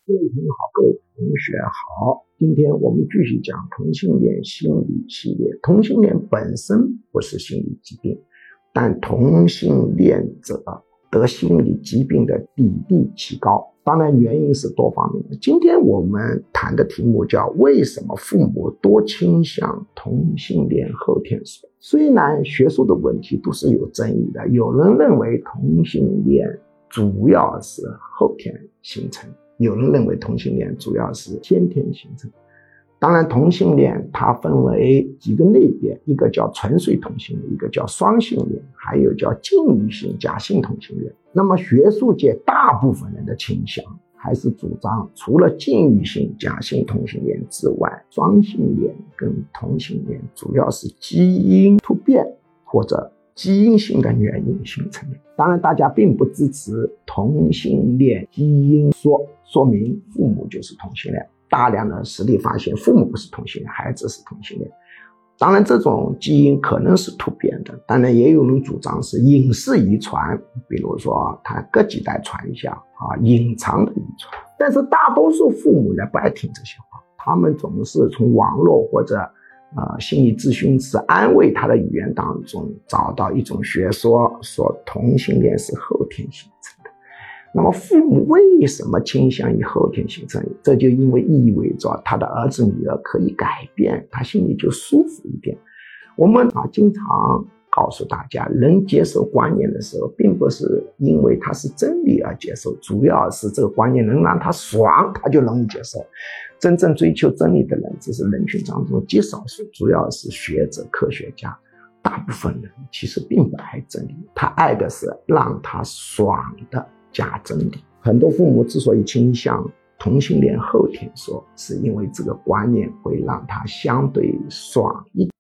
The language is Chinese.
各位朋友好，各位同学好，今天我们继续讲同性恋心理系列。同性恋本身不是心理疾病，但同性恋者得心理疾病的比例极高，当然原因是多方面的。今天我们谈的题目叫为什么父母多倾向同性恋后天说。虽然学术的问题都是有争议的，有人认为同性恋主要是后天形成，有人认为同性恋主要是先天形成。当然同性恋它分为几个类别，一个叫纯粹同性恋，一个叫双性恋，还有叫近异性假性同性恋。那么学术界大部分人的倾向还是主张除了近异性假性同性恋之外，双性恋跟同性恋主要是基因突变或者基因性的原因形成的。当然大家并不支持同性恋基因说明父母就是同性恋，大量的实例发现父母不是同性恋，孩子是同性恋。当然这种基因可能是突变的，当然也有人主张是隐式遗传，比如说他隔几代传一下隐藏的遗传。但是大多数父母呢不爱听这些话，他们总是从网络或者心理咨询师安慰他的语言当中找到一种学说，说同性恋是后天形成的。那么父母为什么倾向于后天形成？这就因为意味着他的儿子女儿可以改变，他心里就舒服一点。我们经常告诉大家，人接受观念的时候并不是因为他是真理而接受，主要是这个观念能让他爽，他就容易接受。真正追求真理的人只是人群当中极少数，主要是学者科学家。大部分人其实并不爱真理，他爱的是让他爽的假真理。很多父母之所以倾向同性恋后天说，是因为这个观念会让他相对爽一点。